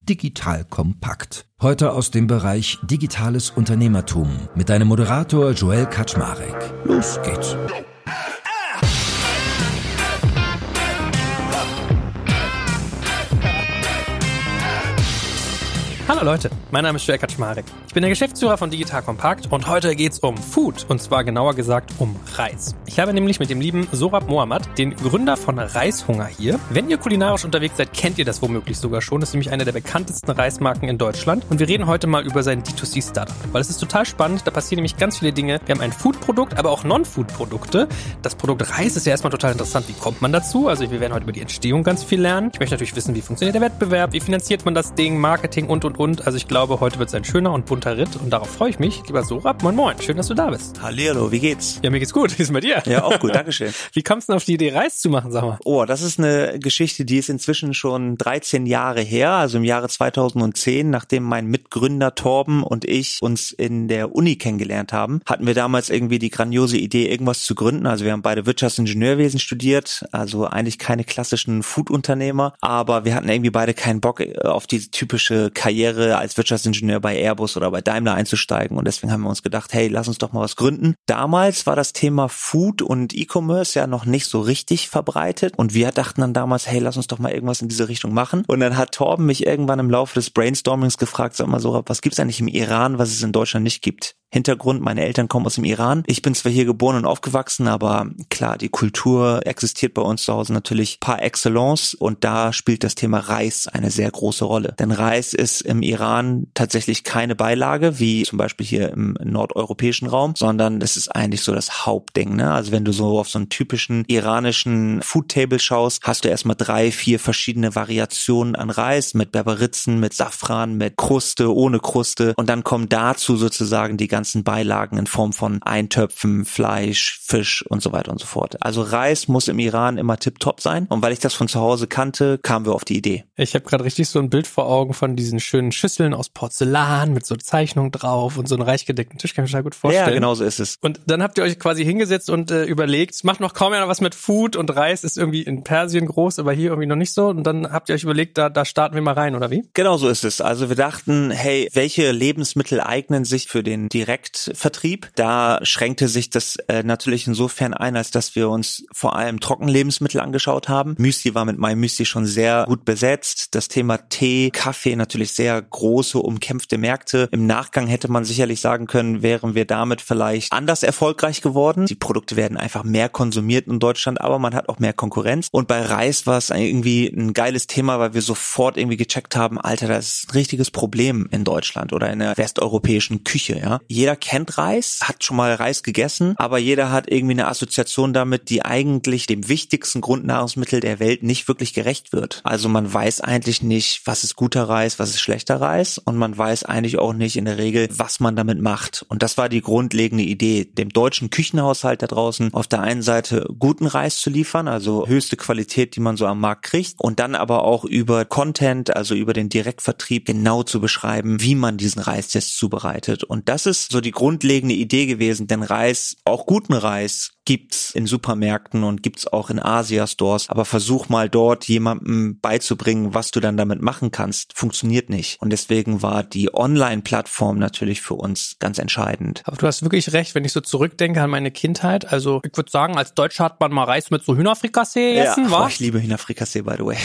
Digital Kompakt. Heute aus dem Bereich Digitales Unternehmertum mit deinem Moderator Joel Kaczmarek. Los geht's. Hallo Leute, mein Name ist Joel Kaczmarek. Ich bin der Geschäftsführer von Digital Kompakt und heute geht's um Food und zwar genauer gesagt um Reis. Ich habe nämlich mit dem lieben Sorab Mohammad, den Gründer von Reishunger hier. Wenn ihr kulinarisch unterwegs seid, kennt ihr das womöglich sogar schon. Das ist nämlich eine der bekanntesten Reismarken in Deutschland und wir reden heute mal über sein D2C-Startup, weil es ist total spannend, da passieren nämlich ganz viele Dinge. Wir haben ein Food-Produkt, aber auch Non-Food-Produkte. Das Produkt Reis ist ja erstmal total interessant. Wie kommt man dazu? Also wir werden heute über die Entstehung ganz viel lernen. Ich möchte natürlich wissen, wie funktioniert der Wettbewerb, wie finanziert man das Ding, Marketing und. Also ich glaube, heute wird es ein schöner und bunter Ritt und darauf freue ich mich. Lieber Sorab, moin moin, schön, dass du da bist. Hallihallo, wie geht's? Ja, mir geht's gut. Wie ist es bei dir? Ja, auch gut, dankeschön. Wie kommst du denn auf die Idee, Reis zu machen, sag mal? Oh, das ist eine Geschichte, die ist inzwischen schon 13 Jahre her, also im Jahre 2010, nachdem mein Mitgründer Torben und ich uns in der Uni kennengelernt haben, hatten wir damals irgendwie die grandiose Idee, irgendwas zu gründen. Also wir haben beide Wirtschaftsingenieurwesen studiert, also eigentlich keine klassischen Food-Unternehmer, aber wir hatten irgendwie beide keinen Bock auf die typische Karriere als Wirtschaftsingenieur bei Airbus oder bei Daimler einzusteigen und deswegen haben wir uns gedacht, hey, lass uns doch mal was gründen. Damals war das Thema Food und E-Commerce ja noch nicht so richtig verbreitet und wir dachten dann damals, hey, lass uns doch mal irgendwas in diese Richtung machen und dann hat Torben mich irgendwann im Laufe des Brainstormings gefragt, sag mal Sorab, was gibt's eigentlich im Iran, was es in Deutschland nicht gibt? Hintergrund, meine Eltern kommen aus dem Iran. Ich bin zwar hier geboren und aufgewachsen, aber klar, die Kultur existiert bei uns zu Hause natürlich par excellence und da spielt das Thema Reis eine sehr große Rolle. Denn Reis ist im Iran tatsächlich keine Beilage, wie zum Beispiel hier im nordeuropäischen Raum, sondern es ist eigentlich so das Hauptding, ne? Also wenn du so auf so einen typischen iranischen Foodtable schaust, hast du erstmal 3, 4 verschiedene Variationen an Reis mit Berberitzen, mit Safran, mit Kruste, ohne Kruste und dann kommen dazu sozusagen die ganzen Beilagen in Form von Eintöpfen, Fleisch, Fisch und so weiter und so fort. Also Reis muss im Iran immer tipptopp sein und weil ich das von zu Hause kannte, kamen wir auf die Idee. Ich habe gerade richtig so ein Bild vor Augen von diesen schönen Schüsseln aus Porzellan mit so Zeichnungen drauf und so einen reich gedeckten Tisch, kann ich mir total gut vorstellen. Ja, genau so ist es. Und dann habt ihr euch quasi hingesetzt und überlegt, es macht noch kaum einer was mit Food und Reis ist irgendwie in Persien groß, aber hier irgendwie noch nicht so und dann habt ihr euch überlegt, da starten wir mal rein, oder wie? Genau so ist es. Also wir dachten, hey, welche Lebensmittel eignen sich für den Direktvertrieb? Da schränkte sich das natürlich insofern ein, als dass wir uns vor allem Trockenlebensmittel angeschaut haben. Müsli war mit meinem Müsli schon sehr gut besetzt. Das Thema Tee, Kaffee natürlich sehr große, umkämpfte Märkte. Im Nachgang hätte man sicherlich sagen können, wären wir damit vielleicht anders erfolgreich geworden. Die Produkte werden einfach mehr konsumiert in Deutschland, aber man hat auch mehr Konkurrenz. Und bei Reis war es irgendwie ein geiles Thema, weil wir sofort irgendwie gecheckt haben, Alter, das ist ein richtiges Problem in Deutschland oder in der westeuropäischen Küche, ja. Jeder kennt Reis, hat schon mal Reis gegessen, aber jeder hat irgendwie eine Assoziation damit, die eigentlich dem wichtigsten Grundnahrungsmittel der Welt nicht wirklich gerecht wird. Also man weiß eigentlich nicht, was ist guter Reis, was ist schlechter Reis und man weiß eigentlich auch nicht in der Regel, was man damit macht. Und das war die grundlegende Idee, dem deutschen Küchenhaushalt da draußen auf der einen Seite guten Reis zu liefern, also höchste Qualität, die man so am Markt kriegt und dann aber auch über Content, also über den Direktvertrieb genau zu beschreiben, wie man diesen Reis jetzt zubereitet. Und das ist so die grundlegende Idee gewesen, denn Reis, auch guten Reis, gibt's in Supermärkten und gibt's auch in Asia-Stores, aber versuch mal dort jemandem beizubringen, was du dann damit machen kannst. Funktioniert nicht. Und deswegen war die Online-Plattform natürlich für uns ganz entscheidend. Aber du hast wirklich recht, wenn ich so zurückdenke an meine Kindheit. Also ich würde sagen, als Deutscher hat man mal Reis mit so Hühnerfrikassee essen, wa? Oh, ich liebe Hühnerfrikassee, by the way.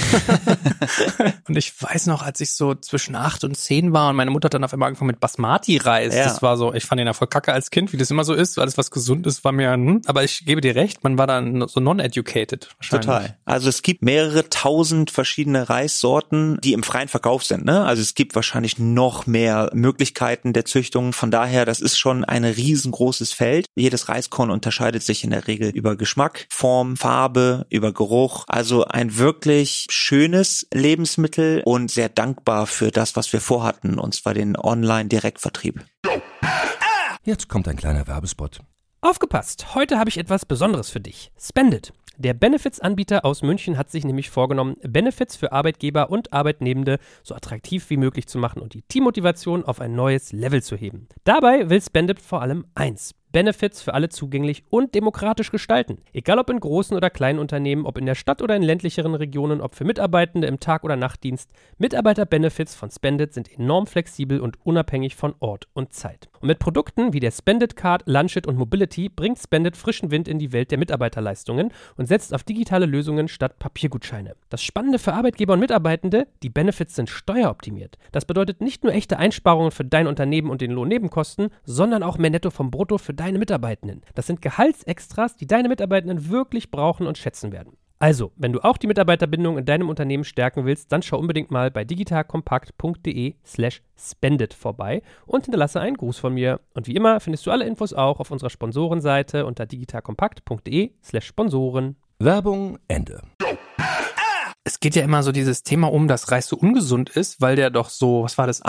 Und ich weiß noch, als ich so zwischen 8 und 10 war und meine Mutter hat dann auf einmal angefangen mit Basmati-Reis. Ja. Das war so, ich fand den ja voll kacke als Kind, wie das immer so ist. Alles, was gesund ist, war mir, aber ich gebe dir recht, man war dann so non-educated wahrscheinlich. Total. Also es gibt mehrere tausend verschiedene Reissorten, die im freien Verkauf sind, ne? Also es gibt wahrscheinlich noch mehr Möglichkeiten der Züchtung. Von daher, das ist schon ein riesengroßes Feld. Jedes Reiskorn unterscheidet sich in der Regel über Geschmack, Form, Farbe, über Geruch. Also ein wirklich schönes Lebensmittel und sehr dankbar für das, was wir vorhatten, und zwar den Online-Direktvertrieb. Jetzt kommt ein kleiner Werbespot. Aufgepasst! Heute habe ich etwas Besonderes für dich. Spendit. Der Benefits-Anbieter aus München hat sich nämlich vorgenommen, Benefits für Arbeitgeber und Arbeitnehmende so attraktiv wie möglich zu machen und die Teammotivation auf ein neues Level zu heben. Dabei will Spendit vor allem eins: Benefits für alle zugänglich und demokratisch gestalten. Egal ob in großen oder kleinen Unternehmen, ob in der Stadt oder in ländlicheren Regionen, ob für Mitarbeitende im Tag- oder Nachtdienst, Mitarbeiter-Benefits von Spendit sind enorm flexibel und unabhängig von Ort und Zeit. Und mit Produkten wie der Spendit Card, Lunchit und Mobility bringt Spendit frischen Wind in die Welt der Mitarbeiterleistungen und setzt auf digitale Lösungen statt Papiergutscheine. Das Spannende für Arbeitgeber und Mitarbeitende, die Benefits sind steueroptimiert. Das bedeutet nicht nur echte Einsparungen für dein Unternehmen und den Lohnnebenkosten, sondern auch mehr Netto vom Brutto für deine Mitarbeitenden. Das sind Gehaltsextras, die deine Mitarbeitenden wirklich brauchen und schätzen werden. Also, wenn du auch die Mitarbeiterbindung in deinem Unternehmen stärken willst, dann schau unbedingt mal bei digitalkompakt.de/spendit vorbei und hinterlasse einen Gruß von mir. Und wie immer findest du alle Infos auch auf unserer Sponsorenseite unter digitalkompakt.de/Sponsoren. Werbung Ende. Es geht ja immer so dieses Thema dass Reis so ungesund ist, weil der doch so, was war das?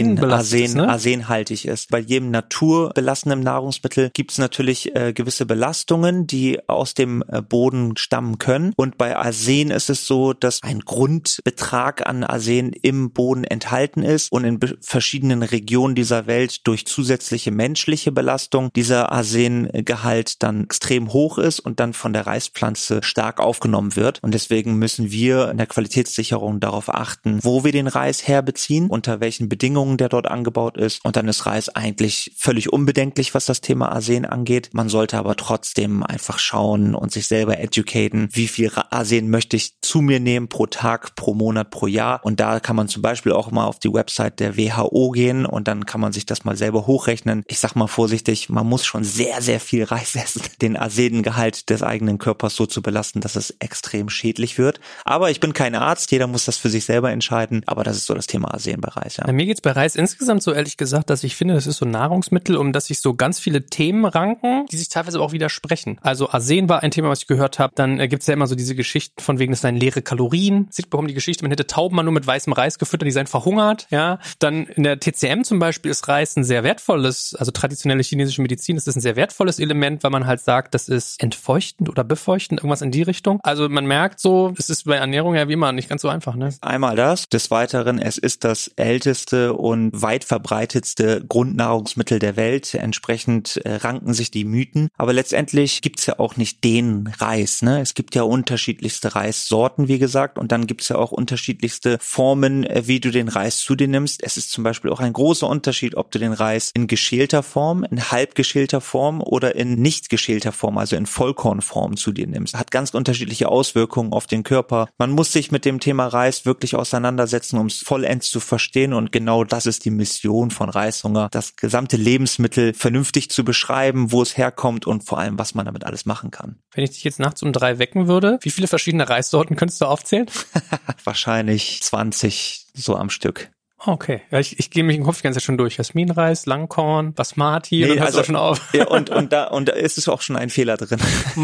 Arsenhaltig ist. Bei jedem naturbelassenen Nahrungsmittel gibt es natürlich gewisse Belastungen, die aus dem Boden stammen können. Und bei Arsen ist es so, dass ein Grundbetrag an Arsen im Boden enthalten ist und in verschiedenen Regionen dieser Welt durch zusätzliche menschliche Belastung dieser Arsengehalt dann extrem hoch ist und dann von der Reispflanze stark aufgenommen wird. Und deswegen müssen wir in der Qualitätssicherung darauf achten, wo wir den Reis herbeziehen, unter welchen Bedingungen der dort angebaut ist. Und dann ist Reis eigentlich völlig unbedenklich, was das Thema Arsen angeht. Man sollte aber trotzdem einfach schauen und sich selber educaten, wie viel Arsen möchte ich zu mir nehmen pro Tag, pro Monat, pro Jahr. Und da kann man zum Beispiel auch mal auf die Website der WHO gehen und dann kann man sich das mal selber hochrechnen. Ich sag mal vorsichtig, man muss schon sehr, sehr viel Reis essen, den Arsengehalt des eigenen Körpers so zu belasten, dass es extrem schädlich wird. Aber ich bin kein Arzt, jeder muss das für sich selber entscheiden, aber das ist so das Thema Arsen bei Reis, ja. Mir geht's bei Reis insgesamt so ehrlich gesagt, dass ich finde, das ist so ein Nahrungsmittel, um das sich so ganz viele Themen ranken, die sich teilweise auch widersprechen. Also Arsen war ein Thema, was ich gehört habe, dann gibt's ja immer so diese Geschichten von wegen, das seien leere Kalorien. Sieht bekommen die Geschichte, man hätte Tauben mal nur mit weißem Reis gefüttert, die seien verhungert, ja. Dann in der TCM zum Beispiel ist Reis ein sehr wertvolles, also traditionelle chinesische Medizin, das ist ein sehr wertvolles Element, weil man halt sagt, das ist entfeuchtend oder befeuchtend, irgendwas in die Richtung. Also man merkt so, es ist bei Ernährung ja wie immer nicht ganz so einfach, ne? Einmal das. Des Weiteren, es ist das älteste und weit verbreitetste Grundnahrungsmittel der Welt. Entsprechend ranken sich die Mythen. Aber letztendlich gibt's ja auch nicht den Reis, ne? Es gibt ja unterschiedlichste Reissorten, wie gesagt. Und dann gibt's ja auch unterschiedlichste Formen, wie du den Reis zu dir nimmst. Es ist zum Beispiel auch ein großer Unterschied, ob du den Reis in geschälter Form, in halb geschälter Form oder in nicht geschälter Form, also in Vollkornform zu dir nimmst. Hat ganz unterschiedliche Auswirkungen auf den Körper. Man muss sich mit dem Thema Reis wirklich auseinandersetzen, um es vollends zu verstehen. Und genau das ist die Mission von Reishunger, das gesamte Lebensmittel vernünftig zu beschreiben, wo es herkommt und vor allem, was man damit alles machen kann. Wenn ich dich jetzt nachts um 3 wecken würde, wie viele verschiedene Reissorten könntest du aufzählen? Wahrscheinlich 20 so am Stück. Okay, ja, ich gehe mich im Kopf die ganze Zeit schon durch. Jasminreis, Langkorn, Basmati, nee, dann hörst du auch schon auf. Ja, und da ist es auch schon ein Fehler drin.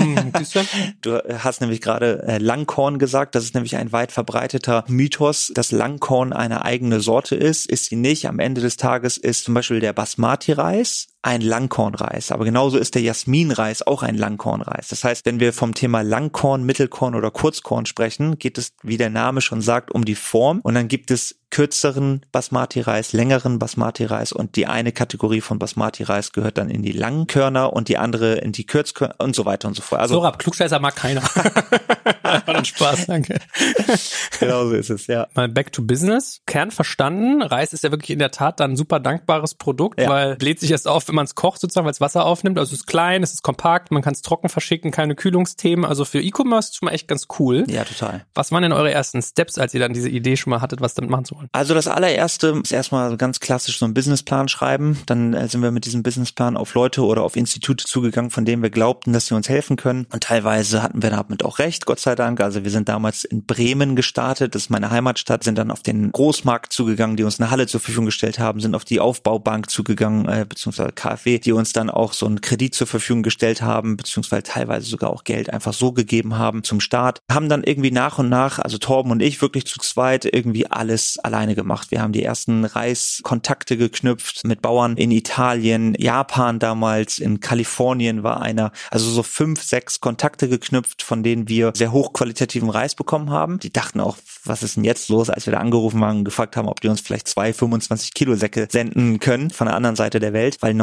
Du hast nämlich gerade Langkorn gesagt, das ist nämlich ein weit verbreiteter Mythos, dass Langkorn eine eigene Sorte ist sie nicht. Am Ende des Tages ist zum Beispiel der Basmati-Reis ein Langkornreis, aber genauso ist der Jasminreis auch ein Langkornreis. Das heißt, wenn wir vom Thema Langkorn, Mittelkorn oder Kurzkorn sprechen, geht es, wie der Name schon sagt, um die Form und dann gibt es kürzeren Basmati-Reis, längeren Basmati-Reis und die eine Kategorie von Basmati-Reis gehört dann in die Langkörner und die andere in die Kürzkörner und so weiter und so fort. Also Sorab, Klugscheißer mag keiner. War dann Spaß, danke. Genau so ist es, ja. Mal back to business. Kern verstanden. Reis ist ja wirklich in der Tat dann ein super dankbares Produkt, weil bläht sich erst auf, wenn man es kocht sozusagen, weil es Wasser aufnimmt. Also es ist klein, es ist kompakt, man kann es trocken verschicken, keine Kühlungsthemen. Also für E-Commerce schon mal echt ganz cool. Ja, total. Was waren denn eure ersten Steps, als ihr dann diese Idee schon mal hattet, was damit machen zu wollen? Also das allererste ist erstmal ganz klassisch so einen Businessplan schreiben. Dann sind wir mit diesem Businessplan auf Leute oder auf Institute zugegangen, von denen wir glaubten, dass sie uns helfen können. Und teilweise hatten wir damit auch recht, Gott sei Dank. Also wir sind damals in Bremen gestartet, das ist meine Heimatstadt, sind dann auf den Großmarkt zugegangen, die uns eine Halle zur Verfügung gestellt haben, sind auf die Aufbaubank zugegangen, beziehungsweise KfW, die uns dann auch so einen Kredit zur Verfügung gestellt haben, beziehungsweise teilweise sogar auch Geld einfach so gegeben haben zum Start. Haben dann irgendwie nach und nach, also Torben und ich wirklich zu zweit irgendwie alles alleine gemacht. Wir haben die ersten Reiskontakte geknüpft mit Bauern in Italien, Japan damals, in Kalifornien war einer, also so 5, 6 Kontakte geknüpft, von denen wir sehr hochqualitativen Reis bekommen haben. Die dachten auch, was ist denn jetzt los, als wir da angerufen waren und gefragt haben, ob die uns vielleicht 2 25 Kilo Säcke senden können von der anderen Seite der Welt, weil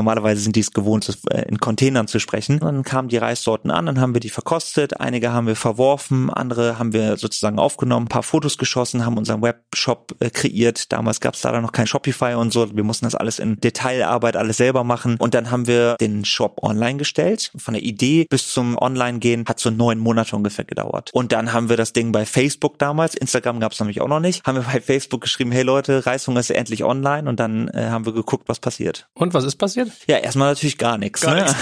normalerweise sind die es gewohnt, in Containern zu sprechen. Und dann kamen die Reissorten an, dann haben wir die verkostet, einige haben wir verworfen, andere haben wir sozusagen aufgenommen, ein paar Fotos geschossen, haben unseren Webshop kreiert. Damals gab es leider noch kein Shopify und so. Wir mussten das alles in Detailarbeit alles selber machen. Und dann haben wir den Shop online gestellt. Von der Idee bis zum Online-Gehen hat so 9 Monate ungefähr gedauert. Und dann haben wir das Ding bei Facebook damals, Instagram gab es nämlich auch noch nicht, haben wir bei Facebook geschrieben, hey Leute, Reishunger ist endlich online. Und dann haben wir geguckt, was passiert. Und was ist passiert? Ja, erstmal natürlich gar nichts.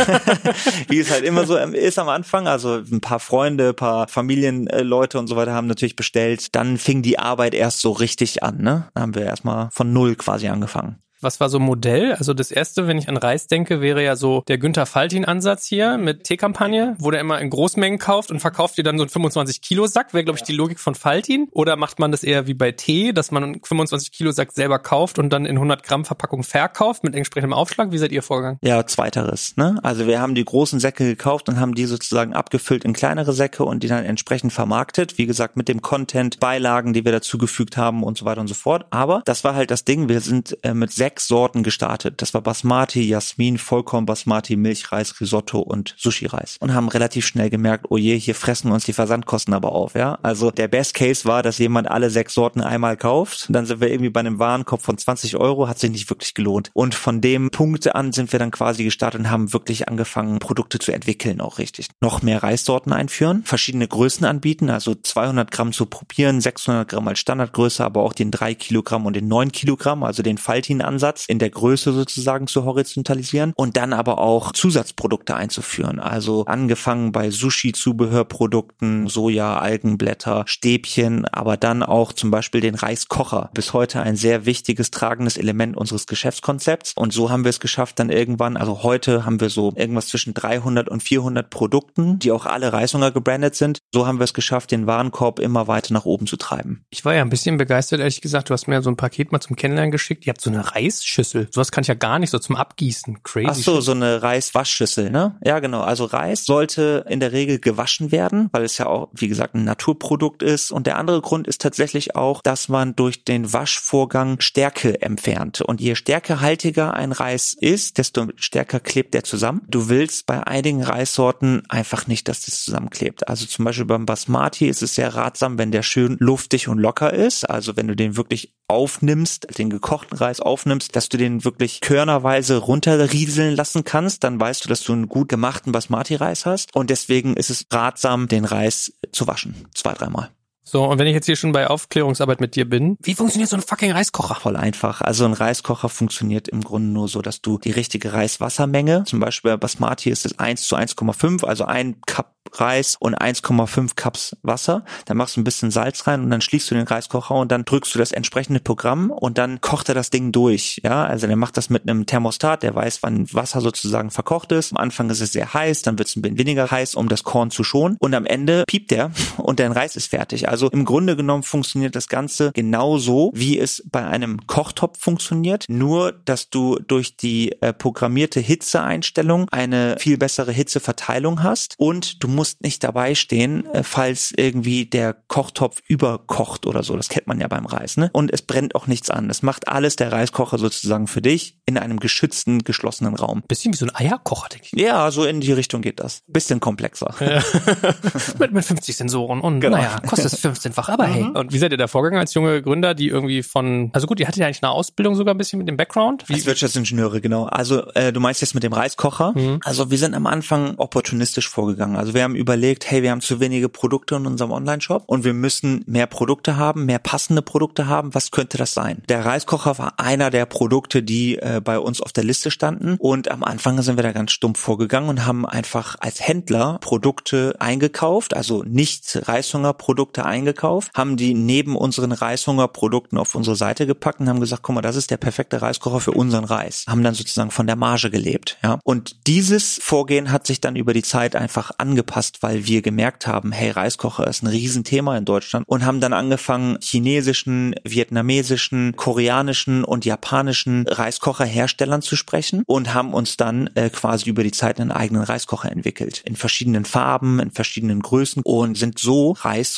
Wie es halt immer so ist am Anfang. Also ein paar Freunde, ein paar Familienleute und so weiter haben natürlich bestellt. Dann fing die Arbeit erst so richtig an. Ne? Da haben wir erstmal von null quasi angefangen. Was war so ein Modell? Also das erste, wenn ich an Reis denke, wäre ja so der Günther Faltin-Ansatz hier mit Teekampagne, wo der immer in Großmengen kauft und verkauft dir dann so einen 25-Kilo-Sack. Wäre, glaube ich, die Logik von Faltin. Oder macht man das eher wie bei Tee, dass man einen 25-Kilo-Sack selber kauft und dann in 100 Gramm Verpackung verkauft mit entsprechendem Aufschlag? Wie seid ihr vorgegangen? Ja, zweiteres. Ne? Also wir haben die großen Säcke gekauft und haben die sozusagen abgefüllt in kleinere Säcke und die dann entsprechend vermarktet. Wie gesagt, mit dem Content, Beilagen, die wir dazugefügt haben und so weiter und so fort. Aber das war halt das Ding. Wir sind mit 6 Sorten gestartet. Das war Basmati, Jasmin, Vollkorn Basmati, Milchreis, Risotto und Sushi-Reis. Und haben relativ schnell gemerkt, oh je, hier fressen uns die Versandkosten aber auf. Ja, also der Best Case war, dass jemand alle 6 Sorten einmal kauft. Und dann sind wir irgendwie bei einem Warenkorb von 20 €, hat sich nicht wirklich gelohnt. Und von dem Punkt an sind wir dann quasi gestartet und haben wirklich angefangen, Produkte zu entwickeln, auch richtig. Noch mehr Reissorten einführen, verschiedene Größen anbieten, also 200 Gramm zu probieren, 600 Gramm als Standardgröße, aber auch den 3 Kilogramm und den 9 Kilogramm, also den Faltin-Ansatz in der Größe sozusagen zu horizontalisieren und dann aber auch Zusatzprodukte einzuführen. Also angefangen bei Sushi-Zubehörprodukten, Soja, Algenblätter, Stäbchen, aber dann auch zum Beispiel den Reiskocher. Bis heute ein sehr wichtiges, tragendes Element unseres Geschäftskonzepts. Und so haben wir es geschafft, dann irgendwann, also heute haben wir so irgendwas zwischen 300 und 400 Produkten, die auch alle Reishunger gebrandet sind. So haben wir es geschafft, den Warenkorb immer weiter nach oben zu treiben. Ich war ja ein bisschen begeistert, ehrlich gesagt. Du hast mir so ein Paket mal zum Kennenlernen geschickt. Ihr habt so eine Reisschüssel. Sowas kann ich ja gar nicht, so zum Abgießen. Crazy. Ach so, so eine Reiswaschschüssel, ne? Ja, genau. Also Reis sollte in der Regel gewaschen werden, weil es ja auch, wie gesagt, ein Naturprodukt ist. Und der andere Grund ist tatsächlich auch, dass man durch den Waschvorgang Stärke entfernt. Und je stärkehaltiger ein Reis ist, desto stärker klebt der zusammen. Du willst bei einigen Reissorten einfach nicht, dass das zusammenklebt. Also zum Beispiel beim Basmati ist es sehr ratsam, wenn der schön luftig und locker ist. Also wenn du den wirklich aufnimmst, den gekochten Reis aufnimmst, dass du den wirklich körnerweise runterrieseln lassen kannst, dann weißt du, dass du einen gut gemachten Basmati-Reis hast. Und deswegen ist es ratsam, den Reis zu waschen. 2-3 Mal. So, und wenn ich jetzt hier schon bei Aufklärungsarbeit mit dir bin, wie funktioniert so ein fucking Reiskocher? Voll einfach. Also ein Reiskocher funktioniert im Grunde nur so, dass du die richtige Reiswassermenge, zum Beispiel bei Basmati ist es 1 zu 1,5, also 1 Cup Reis und 1,5 Cups Wasser. Dann machst du ein bisschen Salz rein und dann schließt du den Reiskocher und dann drückst du das entsprechende Programm und dann kocht er das Ding durch. Ja, also der macht das mit einem Thermostat, der weiß, wann Wasser sozusagen verkocht ist. Am Anfang ist es sehr heiß, dann wird es ein bisschen weniger heiß, um das Korn zu schonen. Und am Ende piept der und dein Reis ist fertig. Also im Grunde genommen funktioniert das Ganze genauso, wie es bei einem Kochtopf funktioniert. Nur, dass du durch die programmierte Hitzeeinstellung eine viel bessere Hitzeverteilung hast und du musst nicht dabei stehen, falls irgendwie der Kochtopf überkocht oder so. Das kennt man ja beim Reis, ne? Und es brennt auch nichts an. Das macht alles der Reiskocher sozusagen für dich in einem geschützten, geschlossenen Raum. Bisschen wie so ein Eierkocher, denke ich. Ja, so in die Richtung geht das. Bisschen komplexer. Ja. mit 50 Sensoren und genau. Naja, kostet es 15-fach, aber hey. Und wie seid ihr da vorgegangen als junge Gründer, die irgendwie also gut, ihr hattet ja eigentlich eine Ausbildung sogar ein bisschen mit dem Background? Als Wirtschaftsingenieure, genau. Also du meinst jetzt mit dem Reiskocher? Mhm. Also wir sind am Anfang opportunistisch vorgegangen. Also wir haben überlegt, hey, wir haben zu wenige Produkte in unserem Online-Shop und wir müssen mehr Produkte haben, mehr passende Produkte haben. Was könnte das sein? Der Reiskocher war einer der Produkte, die bei uns auf der Liste standen und am Anfang sind wir da ganz stumpf vorgegangen und haben einfach als Händler Produkte eingekauft, also nicht Reishungerprodukte eingekauft, haben die neben unseren Reishungerprodukten auf unsere Seite gepackt und haben gesagt, guck mal, das ist der perfekte Reiskocher für unseren Reis. Haben dann sozusagen von der Marge gelebt, ja. Und dieses Vorgehen hat sich dann über die Zeit einfach angepasst, weil wir gemerkt haben, hey, Reiskocher ist ein Riesenthema in Deutschland und haben dann angefangen, chinesischen, vietnamesischen, koreanischen und japanischen Reiskocherherstellern zu sprechen und haben uns dann quasi über die Zeit einen eigenen Reiskocher entwickelt. In verschiedenen Farben, in verschiedenen Größen und sind so Reiskocher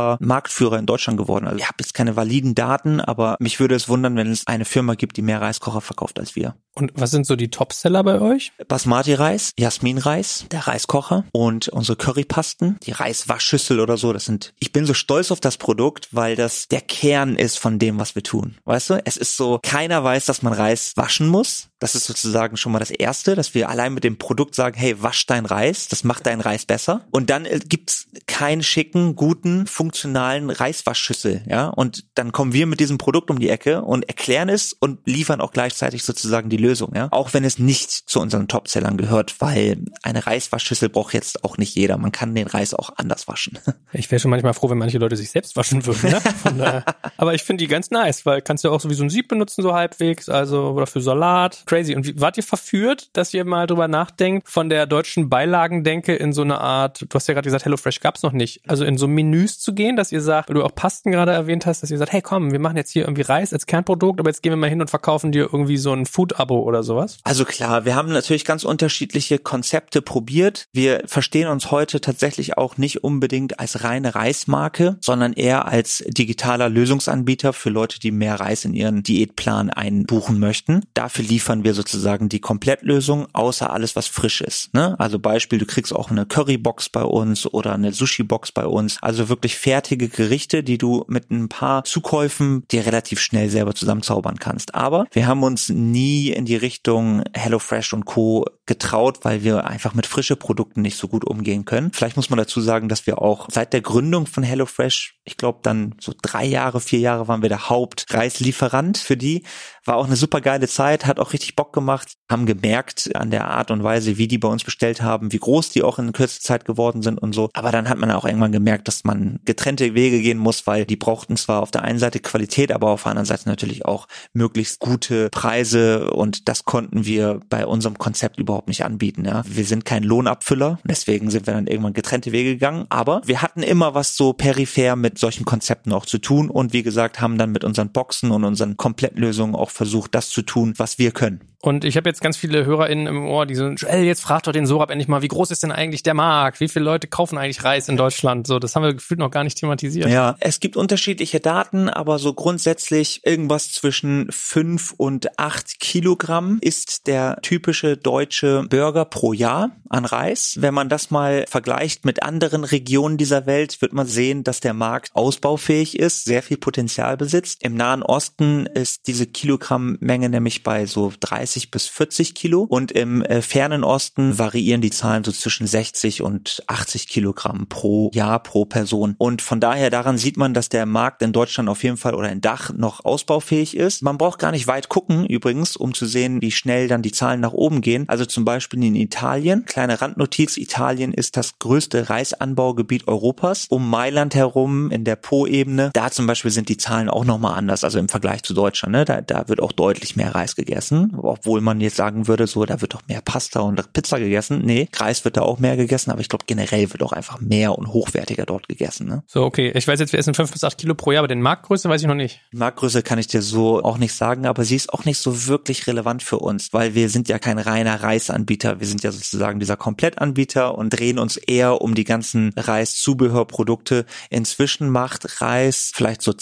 klarer Marktführer in Deutschland geworden. Also ich habe jetzt keine validen Daten, aber mich würde es wundern, wenn es eine Firma gibt, die mehr Reiskocher verkauft als wir. Und was sind so die Topseller bei euch? Basmati-Reis, Jasmin-Reis, der Reiskocher und unsere Currypasten, die Reiswaschschüssel oder so. Ich bin so stolz auf das Produkt, weil das der Kern ist von dem, was wir tun. Weißt du, es ist so, keiner weiß, dass man Reis waschen muss. Das ist sozusagen schon mal das Erste, dass wir allein mit dem Produkt sagen, hey, wasch dein Reis, das macht deinen Reis besser. Und dann gibt's keinen schicken, guten, funktionalen Reiswaschschüssel, ja. Und dann kommen wir mit diesem Produkt um die Ecke und erklären es und liefern auch gleichzeitig sozusagen die Lösung, ja. Auch wenn es nicht zu unseren Topsellern gehört, weil eine Reiswaschschüssel braucht jetzt auch nicht jeder. Man kann den Reis auch anders waschen. Ich wäre schon manchmal froh, wenn manche Leute sich selbst waschen würden, ne? Aber ich finde die ganz nice, weil kannst du ja auch so wie so ein Sieb benutzen, so halbwegs, also oder für Salat. Crazy. Und wart ihr verführt, dass ihr mal drüber nachdenkt, von der deutschen Beilagendenke in so eine Art, du hast ja gerade gesagt, HelloFresh gab's noch nicht, also in so Menüs zu gehen, dass ihr sagt, weil du auch Pasten gerade erwähnt hast, dass ihr sagt, hey komm, wir machen jetzt hier irgendwie Reis als Kernprodukt, aber jetzt gehen wir mal hin und verkaufen dir irgendwie so ein Food-Abo oder sowas? Also klar, wir haben natürlich ganz unterschiedliche Konzepte probiert. Wir verstehen uns heute tatsächlich auch nicht unbedingt als reine Reismarke, sondern eher als digitaler Lösungsanbieter für Leute, die mehr Reis in ihren Diätplan einbuchen möchten. Dafür liefern wir sozusagen die Komplettlösung, außer alles, was frisch ist, ne? Also Beispiel, du kriegst auch eine Currybox bei uns oder eine Sushi-Box bei uns. Also wirklich fertige Gerichte, die du mit ein paar Zukäufen dir relativ schnell selber zusammenzaubern kannst. Aber wir haben uns nie in die Richtung HelloFresh und Co. getraut, weil wir einfach mit frischen Produkten nicht so gut umgehen können. Vielleicht muss man dazu sagen, dass wir auch seit der Gründung von HelloFresh, ich glaube dann so 4 Jahre waren wir der Hauptreislieferant für die. War auch eine super geile Zeit, hat auch richtig Bock gemacht. Haben gemerkt an der Art und Weise, wie die bei uns bestellt haben, wie groß die auch in kürzester Zeit geworden sind und so. Aber dann hat man auch irgendwann gemerkt, dass man getrennte Wege gehen muss, weil die brauchten zwar auf der einen Seite Qualität, aber auf der anderen Seite natürlich auch möglichst gute Preise und das konnten wir bei unserem Konzept überhaupt nicht anbieten. Ja. Wir sind kein Lohnabfüller, deswegen sind wir dann irgendwann getrennte Wege gegangen, aber wir hatten immer was so peripher mit solchen Konzepten auch zu tun und wie gesagt, haben dann mit unseren Boxen und unseren Komplettlösungen auch versucht, das zu tun, was wir können. Und ich habe jetzt ganz viele HörerInnen im Ohr, die so, Joel, jetzt frag doch den Sorab endlich mal, wie groß ist denn eigentlich der Markt? Wie viele Leute kaufen eigentlich Reis in Deutschland? So, das haben wir gefühlt noch gar nicht thematisiert. Ja, es gibt unterschiedliche Daten, aber so grundsätzlich irgendwas zwischen 5 und 8 Kilogramm ist der typische deutsche Burger pro Jahr an Reis. Wenn man das mal vergleicht mit anderen Regionen dieser Welt, wird man sehen, dass der Markt ausbaufähig ist, sehr viel Potenzial besitzt. Im Nahen Osten ist diese Kilogrammmenge nämlich bei so 30 bis 40 Kilo und im fernen Osten variieren die Zahlen so zwischen 60 und 80 Kilogramm pro Jahr pro Person. Und von daher daran sieht man, dass der Markt in Deutschland auf jeden Fall oder in Dach noch ausbaufähig ist. Man braucht gar nicht weit gucken übrigens, um zu sehen, wie schnell dann die Zahlen nach oben gehen. Also zum Beispiel in Italien, kleine Randnotiz, Italien ist das größte Reisanbaugebiet Europas. Um Mailand herum in der Po-Ebene, da zum Beispiel sind die Zahlen auch nochmal anders, also im Vergleich zu Deutschland. Ne? Da wird auch deutlich mehr Reis gegessen, obwohl man jetzt sagen würde, so da wird doch mehr Pasta und Pizza gegessen. Nee, Reis wird da auch mehr gegessen, aber ich glaube generell wird auch einfach mehr und hochwertiger dort gegessen. Ne? So, okay. Ich weiß jetzt, wir essen 5 bis 8 Kilo pro Jahr, aber den Marktgröße weiß ich noch nicht. Die Marktgröße kann ich dir so auch nicht sagen, aber sie ist auch nicht so wirklich relevant für uns, weil wir sind ja kein reiner Reisanbieter. Wir sind ja sozusagen dieser Komplettanbieter und drehen uns eher um die ganzen Reiszubehörprodukte. Inzwischen macht Reis vielleicht so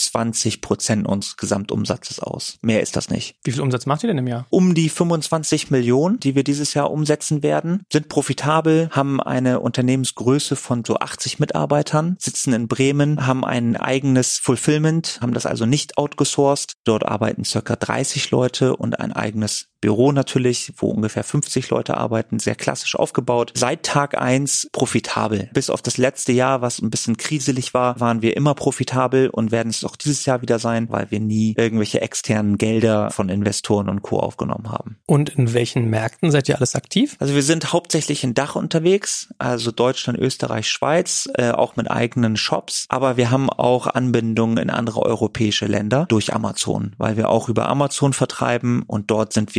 20% unseres Gesamtumsatzes aus. Mehr ist das nicht. Wie viel Umsatz macht ihr denn im Jahr? Um die 25 Millionen, die wir dieses Jahr umsetzen werden, sind profitabel, haben eine Unternehmensgröße von so 80 Mitarbeitern, sitzen in Bremen, haben ein eigenes Fulfillment, haben das also nicht outgesourced. Dort arbeiten circa 30 Leute und ein eigenes Büro natürlich, wo ungefähr 50 Leute arbeiten, sehr klassisch aufgebaut. Seit Tag 1 profitabel. Bis auf das letzte Jahr, was ein bisschen kriselig war, waren wir immer profitabel und werden es auch dieses Jahr wieder sein, weil wir nie irgendwelche externen Gelder von Investoren und Co. aufgenommen haben. Und in welchen Märkten seid ihr alles aktiv? Also wir sind hauptsächlich in Dach unterwegs, also Deutschland, Österreich, Schweiz, auch mit eigenen Shops, aber wir haben auch Anbindungen in andere europäische Länder durch Amazon, weil wir auch über Amazon vertreiben und dort sind wir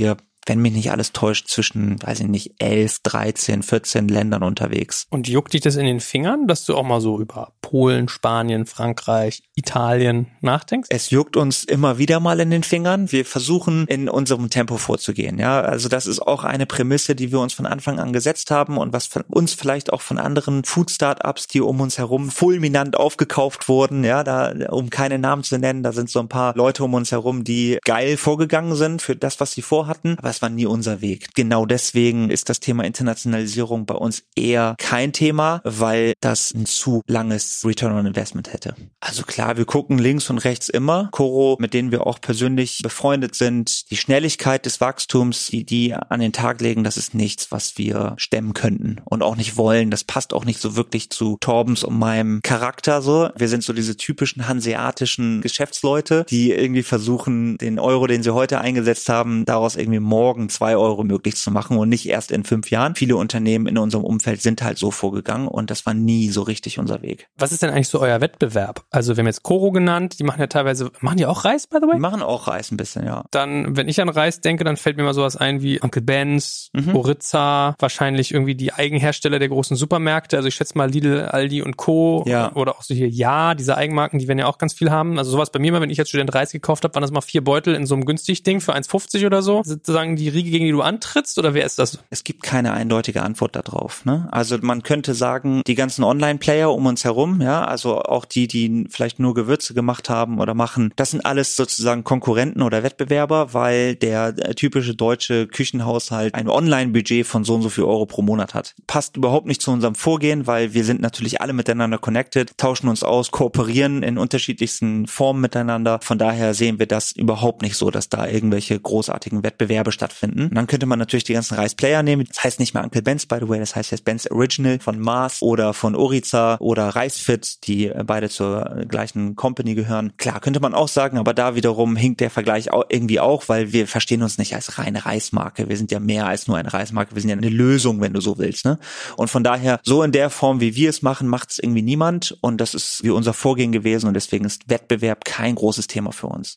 wenn mich nicht alles täuscht, zwischen, 11, 13, 14 Ländern unterwegs. Und juckt dich das in den Fingern, dass du auch mal so über Polen, Spanien, Frankreich, Italien nachdenkst? Es juckt uns immer wieder mal in den Fingern. Wir versuchen, in unserem Tempo vorzugehen. Ja, also das ist auch eine Prämisse, die wir uns von Anfang an gesetzt haben und was von uns vielleicht auch von anderen Food-Startups, die um uns herum fulminant aufgekauft wurden, ja, da, um keine Namen zu nennen, da sind so ein paar Leute um uns herum, die geil vorgegangen sind für das, was sie vorhatten, aber es war nie unser Weg. Genau deswegen ist das Thema Internationalisierung bei uns eher kein Thema, weil das ein zu langes Return on Investment hätte. Also klar, wir gucken links und rechts immer. Coro, mit denen wir auch persönlich befreundet sind, die Schnelligkeit des Wachstums, die an den Tag legen, das ist nichts, was wir stemmen könnten und auch nicht wollen. Das passt auch nicht so wirklich zu Torbens und meinem Charakter so. Wir sind so diese typischen hanseatischen Geschäftsleute, die irgendwie versuchen, den Euro, den sie heute eingesetzt haben, daraus irgendwie morgen 2 Euro möglich zu machen und nicht erst in 5 Jahren. Viele Unternehmen in unserem Umfeld sind halt so vorgegangen und das war nie so richtig unser Weg. Was ist denn eigentlich so euer Wettbewerb? Also wir haben jetzt Coro genannt, die machen ja teilweise, machen die auch Reis, by the way? Die machen auch Reis ein bisschen, ja. Dann, wenn ich an Reis denke, dann fällt mir mal sowas ein wie Uncle Ben's, Oryza, wahrscheinlich irgendwie die Eigenhersteller der großen Supermärkte, also ich schätze mal Lidl, Aldi und Co. Ja. Oder auch so hier, ja, diese Eigenmarken, die werden ja auch ganz viel haben. Also sowas bei mir mal, wenn ich als Student Reis gekauft habe, waren das mal 4 Beutel in so einem günstig Ding für 1,50 oder so. Sozusagen die Riege, gegen die du antrittst, oder wer ist das? Es gibt keine eindeutige Antwort darauf, ne? Also man könnte sagen, die ganzen Online-Player um uns herum, ja, also auch die vielleicht nur Gewürze gemacht haben oder machen, das sind alles sozusagen Konkurrenten oder Wettbewerber, weil der typische deutsche Küchenhaushalt ein Online-Budget von so und so viel Euro pro Monat hat. Passt überhaupt nicht zu unserem Vorgehen, weil wir sind natürlich alle miteinander connected, tauschen uns aus, kooperieren in unterschiedlichsten Formen miteinander. Von daher sehen wir das überhaupt nicht so, dass da irgendwelche großartigen Wettbewerbe stattfinden. Und dann könnte man natürlich die ganzen Reis-Player nehmen. Das heißt nicht mehr Uncle Ben's, by the way, das heißt jetzt Ben's Original von Mars oder von Oryza oder Reisfit, die beide zur gleichen Company gehören. Klar, könnte man auch sagen, aber da wiederum hinkt der Vergleich auch irgendwie auch, weil wir verstehen uns nicht als reine Reismarke. Wir sind ja mehr als nur eine Reismarke. Wir sind ja eine Lösung, wenn du so willst, ne? Und von daher, so in der Form, wie wir es machen, macht es irgendwie niemand. Und das ist wie unser Vorgehen gewesen. Und deswegen ist Wettbewerb kein großes Thema für uns.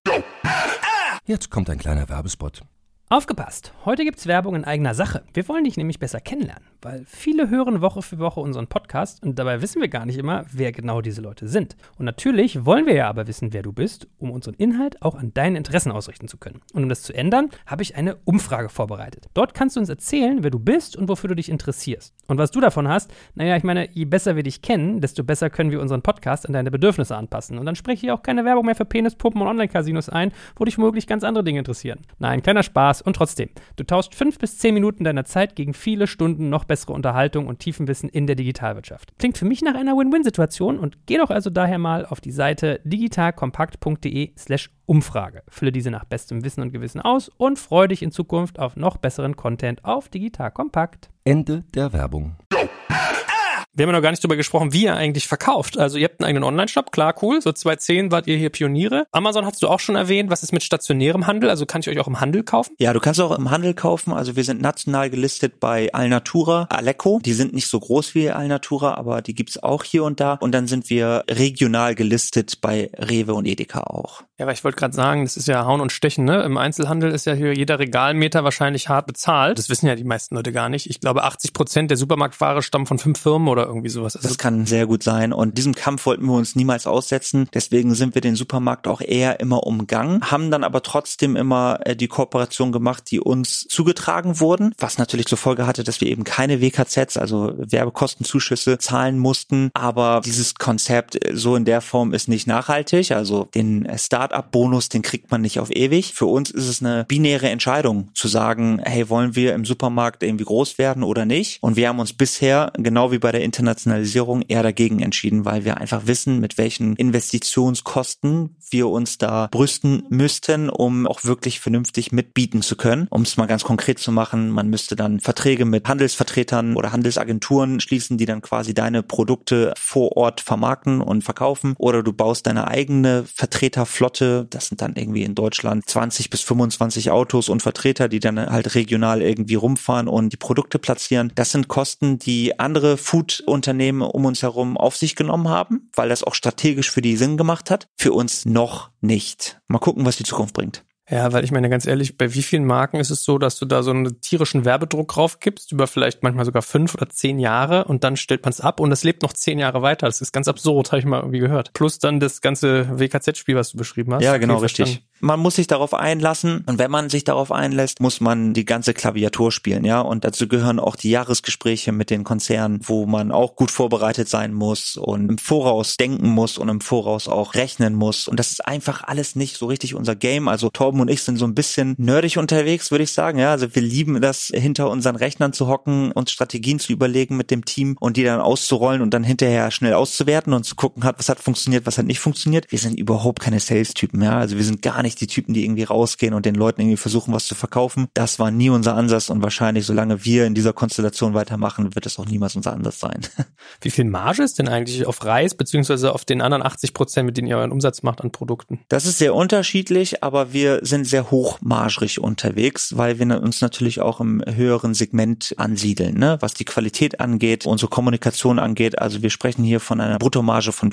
Jetzt kommt ein kleiner Werbespot. Aufgepasst! Heute gibt's Werbung in eigener Sache. Wir wollen dich nämlich besser kennenlernen, weil viele hören Woche für Woche unseren Podcast und dabei wissen wir gar nicht immer, wer genau diese Leute sind. Und natürlich wollen wir ja aber wissen, wer du bist, um unseren Inhalt auch an deinen Interessen ausrichten zu können. Und um das zu ändern, habe ich eine Umfrage vorbereitet. Dort kannst du uns erzählen, wer du bist und wofür du dich interessierst. Und was du davon hast, naja, ich meine, je besser wir dich kennen, desto besser können wir unseren Podcast an deine Bedürfnisse anpassen. Und dann spreche ich auch keine Werbung mehr für Penispuppen und Online-Casinos ein, wo dich womöglich ganz andere Dinge interessieren. Nein, kleiner Spaß. Und trotzdem, du tauschst 5 bis 10 Minuten deiner Zeit gegen viele Stunden noch bessere Unterhaltung und tiefen Wissen in der Digitalwirtschaft. Klingt für mich nach einer Win-Win-Situation und geh doch also daher mal auf die Seite digitalkompakt.de/Umfrage. Fülle diese nach bestem Wissen und Gewissen aus und freue dich in Zukunft auf noch besseren Content auf Digital Kompakt. Ende der Werbung. Wir haben ja noch gar nicht drüber gesprochen, wie ihr eigentlich verkauft. Also ihr habt einen eigenen Online-Shop, klar, cool. So 2010 wart ihr hier Pioniere. Amazon hast du auch schon erwähnt. Was ist mit stationärem Handel? Also kann ich euch auch im Handel kaufen? Ja, du kannst auch im Handel kaufen. Also wir sind national gelistet bei Alnatura, Aleko. Die sind nicht so groß wie Alnatura, aber die gibt's auch hier und da. Und dann sind wir regional gelistet bei Rewe und Edeka auch. Ja, aber ich wollte gerade sagen, das ist ja Hauen und Stechen, ne? Im Einzelhandel ist ja hier jeder Regalmeter wahrscheinlich hart bezahlt. Das wissen ja die meisten Leute gar nicht. Ich glaube, 80% der Supermarktware stammen von 5 Firmen oder irgendwie sowas. Also das kann sehr gut sein. Und diesem Kampf wollten wir uns niemals aussetzen. Deswegen sind wir den Supermarkt auch eher immer umgangen, haben dann aber trotzdem immer die Kooperation gemacht, die uns zugetragen wurden, was natürlich zur Folge hatte, dass wir eben keine WKZs, also Werbekostenzuschüsse, zahlen mussten. Aber dieses Konzept so in der Form ist nicht nachhaltig. Also den Start-up-Bonus, den kriegt man nicht auf ewig. Für uns ist es eine binäre Entscheidung, zu sagen, hey, wollen wir im Supermarkt irgendwie groß werden oder nicht? Und wir haben uns bisher, genau wie bei der Internationalisierung, eher dagegen entschieden, weil wir einfach wissen, mit welchen Investitionskosten wir uns da brüsten müssten, um auch wirklich vernünftig mitbieten zu können. Um es mal ganz konkret zu machen, man müsste dann Verträge mit Handelsvertretern oder Handelsagenturen schließen, die dann quasi deine Produkte vor Ort vermarkten und verkaufen. Oder du baust deine eigene Vertreterflotte. Das sind dann irgendwie in Deutschland 20 bis 25 Autos und Vertreter, die dann halt regional irgendwie rumfahren und die Produkte platzieren. Das sind Kosten, die andere Food-Unternehmen um uns herum auf sich genommen haben, weil das auch strategisch für die Sinn gemacht hat. Für uns noch nicht. Mal gucken, was die Zukunft bringt. Ja, weil ich meine, ganz ehrlich, bei wie vielen Marken ist es so, dass du da so einen tierischen Werbedruck drauf gibst, über vielleicht manchmal sogar 5 oder 10 Jahre und dann stellt man es ab und es lebt noch 10 Jahre weiter. Das ist ganz absurd, habe ich mal irgendwie gehört. Plus dann das ganze WKZ-Spiel, was du beschrieben hast. Ja, genau, okay, richtig. Verstanden. Man muss sich darauf einlassen und wenn man sich darauf einlässt, muss man die ganze Klaviatur spielen, ja, und dazu gehören auch die Jahresgespräche mit den Konzernen, wo man auch gut vorbereitet sein muss und im Voraus denken muss und im Voraus auch rechnen muss und das ist einfach alles nicht so richtig unser Game. Also Torben und ich sind so ein bisschen nerdig unterwegs, würde ich sagen, ja, also wir lieben das, hinter unseren Rechnern zu hocken und Strategien zu überlegen mit dem Team und die dann auszurollen und dann hinterher schnell auszuwerten und zu gucken, was hat funktioniert, was hat nicht funktioniert. Wir sind überhaupt keine Sales-Typen, ja, also wir sind gar nicht die Typen, die irgendwie rausgehen und den Leuten irgendwie versuchen, was zu verkaufen. Das war nie unser Ansatz und wahrscheinlich, solange wir in dieser Konstellation weitermachen, wird es auch niemals unser Ansatz sein. Wie viel Marge ist denn eigentlich auf Reis beziehungsweise auf den anderen 80%, mit denen ihr euren Umsatz macht an Produkten? Das ist sehr unterschiedlich, aber wir sind sehr hochmargig unterwegs, weil wir uns natürlich auch im höheren Segment ansiedeln, ne? Was die Qualität angeht, unsere Kommunikation angeht. Also wir sprechen hier von einer Bruttomarge von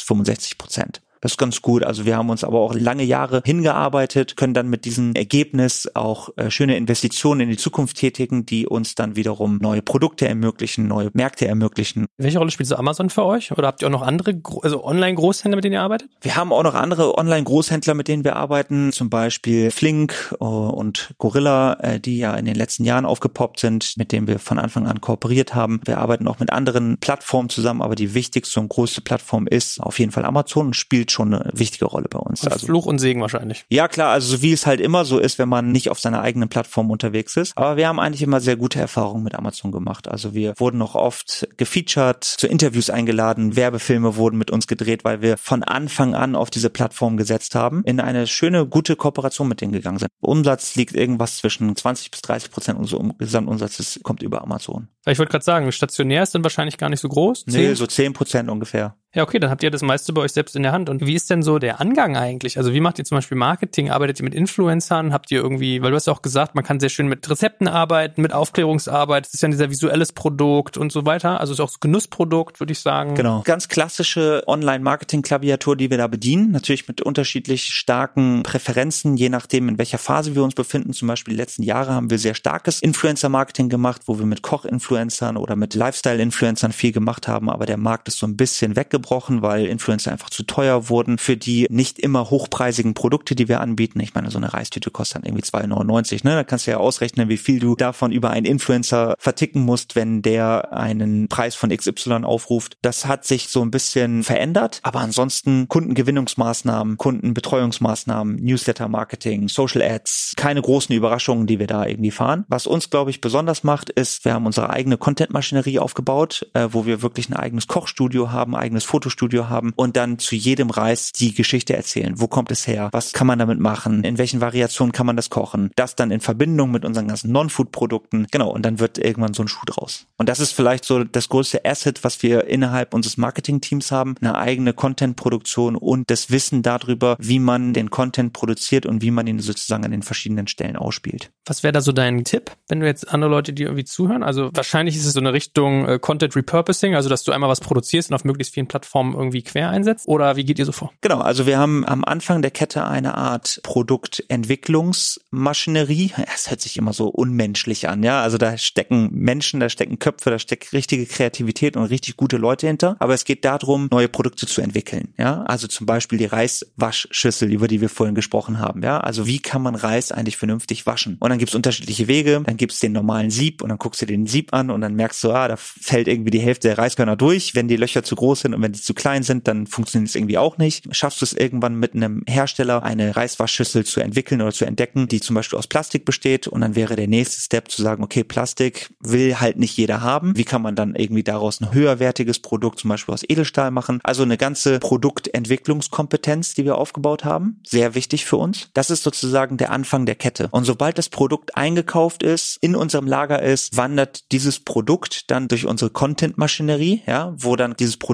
60-65%. Das ist ganz gut. Also wir haben uns aber auch lange Jahre hingearbeitet, können dann mit diesem Ergebnis auch schöne Investitionen in die Zukunft tätigen, die uns dann wiederum neue Produkte ermöglichen, neue Märkte ermöglichen. Welche Rolle spielt so Amazon für euch? Oder habt ihr auch noch andere, also Online-Großhändler, mit denen ihr arbeitet? Wir haben auch noch andere Online-Großhändler, mit denen wir arbeiten, zum Beispiel Flink und Gorilla, die ja in den letzten Jahren aufgepoppt sind, mit denen wir von Anfang an kooperiert haben. Wir arbeiten auch mit anderen Plattformen zusammen, aber die wichtigste und größte Plattform ist auf jeden Fall Amazon und spielt schon eine wichtige Rolle bei uns. Und also Fluch und Segen wahrscheinlich. Ja klar, also so wie es halt immer so ist, wenn man nicht auf seiner eigenen Plattform unterwegs ist. Aber wir haben eigentlich immer sehr gute Erfahrungen mit Amazon gemacht. Also wir wurden noch oft gefeatured, zu Interviews eingeladen, Werbefilme wurden mit uns gedreht, weil wir von Anfang an auf diese Plattform gesetzt haben, in eine schöne, gute Kooperation mit denen gegangen sind. Umsatz liegt irgendwas zwischen 20-30% unseres Gesamtumsatzes kommt über Amazon. Ich wollte gerade sagen, stationär ist dann wahrscheinlich gar nicht so groß. Nee, so 10% ungefähr. Ja, okay, dann habt ihr das meiste bei euch selbst in der Hand. Und wie ist denn so der Angang eigentlich? Also wie macht ihr zum Beispiel Marketing? Arbeitet ihr mit Influencern? Habt ihr irgendwie, weil du hast ja auch gesagt, man kann sehr schön mit Rezepten arbeiten, mit Aufklärungsarbeit. Es ist ja ein sehr visuelles Produkt und so weiter. Also ist auch ein Genussprodukt, würde ich sagen. Genau. Ganz klassische Online-Marketing-Klaviatur, die wir da bedienen. Natürlich mit unterschiedlich starken Präferenzen, je nachdem, in welcher Phase wir uns befinden. Zum Beispiel die letzten Jahre haben wir sehr starkes Influencer-Marketing gemacht, wo wir mit Koch-Influencern oder mit Lifestyle-Influencern viel gemacht haben. Aber der Markt ist so ein bisschen weggebrochen, weil Influencer einfach zu teuer wurden für die nicht immer hochpreisigen Produkte, die wir anbieten. Ich meine, so eine Reistüte kostet dann irgendwie 2,99, ne? Da kannst du ja ausrechnen, wie viel du davon über einen Influencer verticken musst, wenn der einen Preis von XY aufruft. Das hat sich so ein bisschen verändert, aber ansonsten Kundengewinnungsmaßnahmen, Kundenbetreuungsmaßnahmen, Newsletter-Marketing, Social Ads, keine großen Überraschungen, die wir da irgendwie fahren. Was uns, glaube ich, besonders macht, ist, wir haben unsere eigene Content-Maschinerie aufgebaut, wo wir wirklich ein eigenes Kochstudio haben, eigenes Fotostudio haben und dann zu jedem Reis die Geschichte erzählen. Wo kommt es her? Was kann man damit machen? In welchen Variationen kann man das kochen? Das dann in Verbindung mit unseren ganzen Non-Food-Produkten. Genau, und dann wird irgendwann so ein Schuh draus. Und das ist vielleicht so das größte Asset, was wir innerhalb unseres Marketing-Teams haben. Eine eigene Content-Produktion und das Wissen darüber, wie man den Content produziert und wie man ihn sozusagen an den verschiedenen Stellen ausspielt. Was wäre da so dein Tipp, wenn du jetzt andere Leute, die irgendwie zuhören? Also wahrscheinlich ist es so eine Richtung Content Repurposing, also dass du einmal was produzierst und auf möglichst vielen Plattformen irgendwie quer einsetzt? Oder wie geht ihr so vor? Genau, also wir haben am Anfang der Kette eine Art Produktentwicklungsmaschinerie. Es hört sich immer so unmenschlich an, ja. Also da stecken Menschen, da stecken Köpfe, da steckt richtige Kreativität und richtig gute Leute hinter. Aber es geht darum, neue Produkte zu entwickeln, ja. Also zum Beispiel die Reiswaschschüssel, über die wir vorhin gesprochen haben, ja. Also wie kann man Reis eigentlich vernünftig waschen? Und dann gibt's unterschiedliche Wege. Dann gibt's den normalen Sieb und dann guckst du den Sieb an und dann merkst du, da fällt irgendwie die Hälfte der Reiskörner durch, wenn die Löcher zu groß sind und wenn die zu klein sind, dann funktioniert es irgendwie auch nicht. Schaffst du es irgendwann mit einem Hersteller, eine Reiswaschschüssel zu entwickeln oder zu entdecken, die zum Beispiel aus Plastik besteht und dann wäre der nächste Step zu sagen, okay, Plastik will halt nicht jeder haben. Wie kann man dann irgendwie daraus ein höherwertiges Produkt, zum Beispiel aus Edelstahl machen? Also eine ganze Produktentwicklungskompetenz, die wir aufgebaut haben. Sehr wichtig für uns. Das ist sozusagen der Anfang der Kette. Und sobald das Produkt eingekauft ist, in unserem Lager ist, wandert dieses Produkt dann durch unsere Content-Maschinerie, ja, wo dann dieses Produkt ins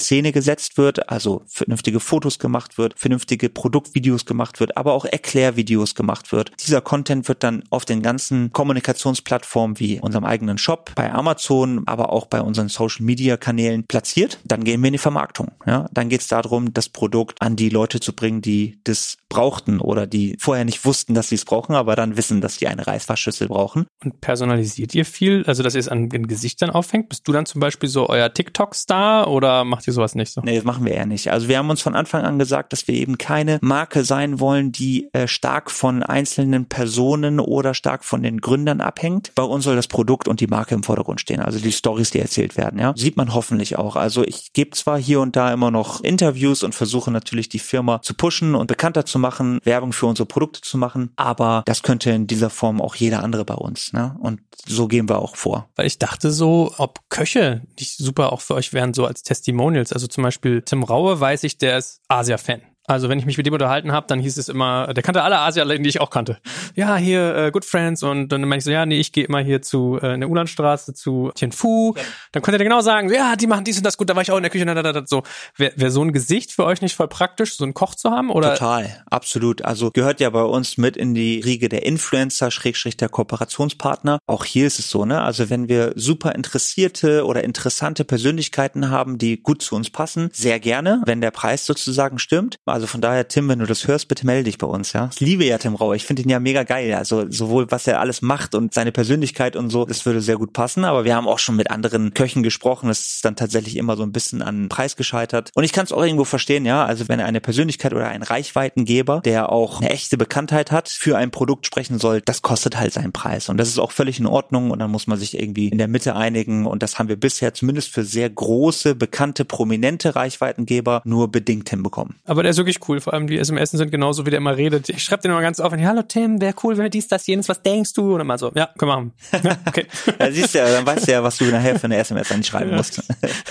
Szene gesetzt wird, also vernünftige Fotos gemacht wird, vernünftige Produktvideos gemacht wird, aber auch Erklärvideos gemacht wird. Dieser Content wird dann auf den ganzen Kommunikationsplattformen wie unserem eigenen Shop, bei Amazon, aber auch bei unseren Social-Media-Kanälen platziert. Dann gehen wir in die Vermarktung. Ja? Dann geht es darum, das Produkt an die Leute zu bringen, die das brauchten oder die vorher nicht wussten, dass sie es brauchen, aber dann wissen, dass sie eine Reiswaschschüssel brauchen. Und personalisiert ihr viel? Also, dass ihr es an den Gesichtern auffängt? Bist du dann zum Beispiel so euer TikTok-Star oder macht ihr sowas nicht so? Nee, das machen wir eher nicht. Also wir haben uns von Anfang an gesagt, dass wir eben keine Marke sein wollen, die stark von einzelnen Personen oder stark von den Gründern abhängt. Bei uns soll das Produkt und die Marke im Vordergrund stehen, also die Storys, die erzählt werden. Ja, sieht man hoffentlich auch. Also ich gebe zwar hier und da immer noch Interviews und versuche natürlich die Firma zu pushen und bekannter zu machen, Werbung für unsere Produkte zu machen, aber das könnte in dieser Form auch jeder andere bei uns. Ne? Und so gehen wir auch vor. Weil ich dachte so, ob Köche nicht super auch für euch wären, so als Testimonials. Also zum Beispiel Tim Raue, weiß ich, der ist Asia-Fan. Also wenn ich mich mit dem unterhalten habe, dann hieß es immer, der kannte alle Asialäden, die ich auch kannte. Ja, hier Good Friends, und dann meinte ich so, ja, nee, ich gehe immer hier zu in der Ulanstraße zu Tien Phu. Ja. Dann konnte der genau sagen, ja, die machen dies und das gut, da war ich auch in der Küche. So, wäre so ein Gesicht für euch nicht voll praktisch, so einen Koch zu haben? Oder? Total, absolut. Also gehört ja bei uns mit in die Riege der Influencer, / der Kooperationspartner. Auch hier ist es so, ne? Also wenn wir super interessierte oder interessante Persönlichkeiten haben, die gut zu uns passen, sehr gerne, wenn der Preis sozusagen stimmt. Also von daher, Tim, wenn du das hörst, bitte melde dich bei uns, ja. Ich liebe ja Tim Raue. Ich finde ihn ja mega geil. Also sowohl, was er alles macht und seine Persönlichkeit und so, das würde sehr gut passen. Aber wir haben auch schon mit anderen Köchen gesprochen. Das ist dann tatsächlich immer so ein bisschen an Preis gescheitert. Und ich kann es auch irgendwo verstehen, ja. Also wenn eine Persönlichkeit oder ein Reichweitengeber, der auch eine echte Bekanntheit hat, für ein Produkt sprechen soll, das kostet halt seinen Preis. Und das ist auch völlig in Ordnung. Und dann muss man sich irgendwie in der Mitte einigen. Und das haben wir bisher zumindest für sehr große, bekannte, prominente Reichweitengeber nur bedingt hinbekommen. Aber der ist wirklich cool, vor allem die SMS sind genauso, wie der immer redet. Ich schreibe den immer ganz offen, hallo Tim, wäre cool, wenn wir dies, das, jenes, was denkst du? Und immer so, ja, können wir machen. Ja, okay. Ja, siehst du ja, dann weißt du ja, was du nachher für eine SMS an ihn schreiben musst.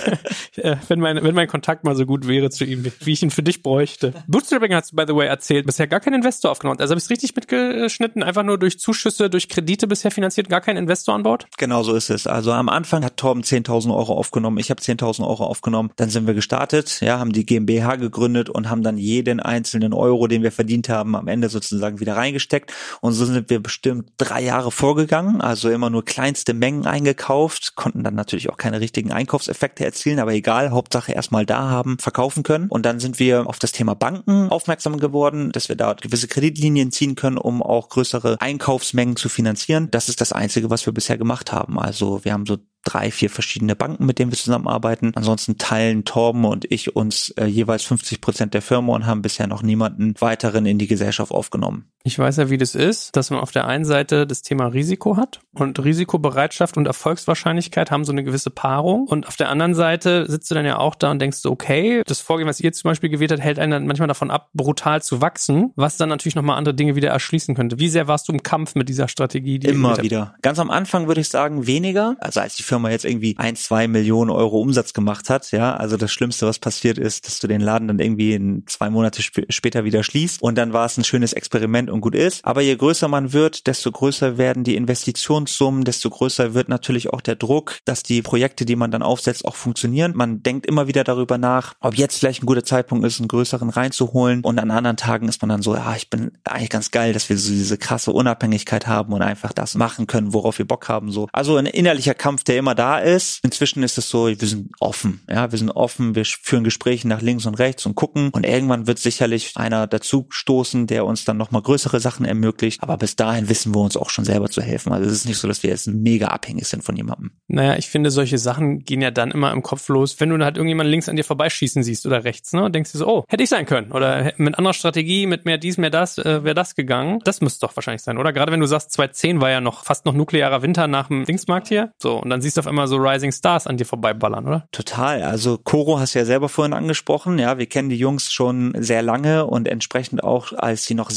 Ja, wenn mein Kontakt mal so gut wäre zu ihm, wie ich ihn für dich bräuchte. Bootstrapping hast du, by the way, erzählt, bisher gar keinen Investor aufgenommen. Also habe ich es richtig mitgeschnitten, einfach nur durch Zuschüsse, durch Kredite bisher finanziert, gar keinen Investor an Bord? Genau so ist es. Also am Anfang hat Torben 10.000 Euro aufgenommen, ich habe 10.000 Euro aufgenommen, dann sind wir gestartet, ja, haben die GmbH gegründet und haben dann jeden einzelnen Euro, den wir verdient haben, am Ende sozusagen wieder reingesteckt. Und so sind wir bestimmt 3 Jahre vorgegangen, also immer nur kleinste Mengen eingekauft, konnten dann natürlich auch keine richtigen Einkaufseffekte erzielen, aber egal, Hauptsache erstmal da haben, verkaufen können. Und dann sind wir auf das Thema Banken aufmerksam geworden, dass wir da gewisse Kreditlinien ziehen können, um auch größere Einkaufsmengen zu finanzieren. Das ist das Einzige, was wir bisher gemacht haben. Also wir haben so 3, 4 verschiedene Banken, mit denen wir zusammenarbeiten. Ansonsten teilen Torben und ich uns jeweils 50% der Firma und haben bisher noch niemanden weiteren in die Gesellschaft aufgenommen. Ich weiß ja, wie das ist, dass man auf der einen Seite das Thema Risiko hat und Risikobereitschaft und Erfolgswahrscheinlichkeit haben so eine gewisse Paarung, und auf der anderen Seite sitzt du dann ja auch da und denkst so, okay, das Vorgehen, was ihr zum Beispiel gewählt habt, hält einen dann manchmal davon ab, brutal zu wachsen, was dann natürlich nochmal andere Dinge wieder erschließen könnte. Wie sehr warst du im Kampf mit dieser Strategie? Immer wieder. Ganz am Anfang würde ich sagen weniger, also als die Firma jetzt irgendwie 1-2 Millionen Euro Umsatz gemacht hat, ja, also das Schlimmste, was passiert ist, dass du den Laden dann irgendwie in 2 Monate später wieder schließt, und dann war es ein schönes Experiment und gut ist. Aber je größer man wird, desto größer werden die Investitionssummen, desto größer wird natürlich auch der Druck, dass die Projekte, die man dann aufsetzt, auch funktionieren. Man denkt immer wieder darüber nach, ob jetzt vielleicht ein guter Zeitpunkt ist, einen größeren reinzuholen, und an anderen Tagen ist man dann so, ja, ich bin eigentlich ganz geil, dass wir so diese krasse Unabhängigkeit haben und einfach das machen können, worauf wir Bock haben, so. Also ein innerlicher Kampf, der immer da ist. Inzwischen ist es so, wir sind offen, ja, wir sind offen, wir führen Gespräche nach links und rechts und gucken, und irgendwann wird sicherlich einer dazu stoßen, der uns dann nochmal größere Sachen ermöglicht, aber bis dahin wissen wir uns auch schon selber zu helfen. Also es ist nicht so, dass wir jetzt mega abhängig sind von jemandem. Naja, ich finde, solche Sachen gehen ja dann immer im Kopf los, wenn du halt irgendjemanden links an dir vorbeischießen siehst oder rechts, ne, und denkst dir so, oh, hätte ich sein können, oder mit anderer Strategie, mit mehr dies, mehr das, wäre das gegangen. Das müsste doch wahrscheinlich sein, oder? Gerade wenn du sagst, 2010 war ja noch fast noch nuklearer Winter nach dem Dingsmarkt hier, so, und dann siehst du auf einmal so Rising Stars an dir vorbeiballern, oder? Total. Also Koro hast du ja selber vorhin angesprochen, ja, wir kennen die Jungs schon sehr lange und entsprechend auch, als sie noch sehr klein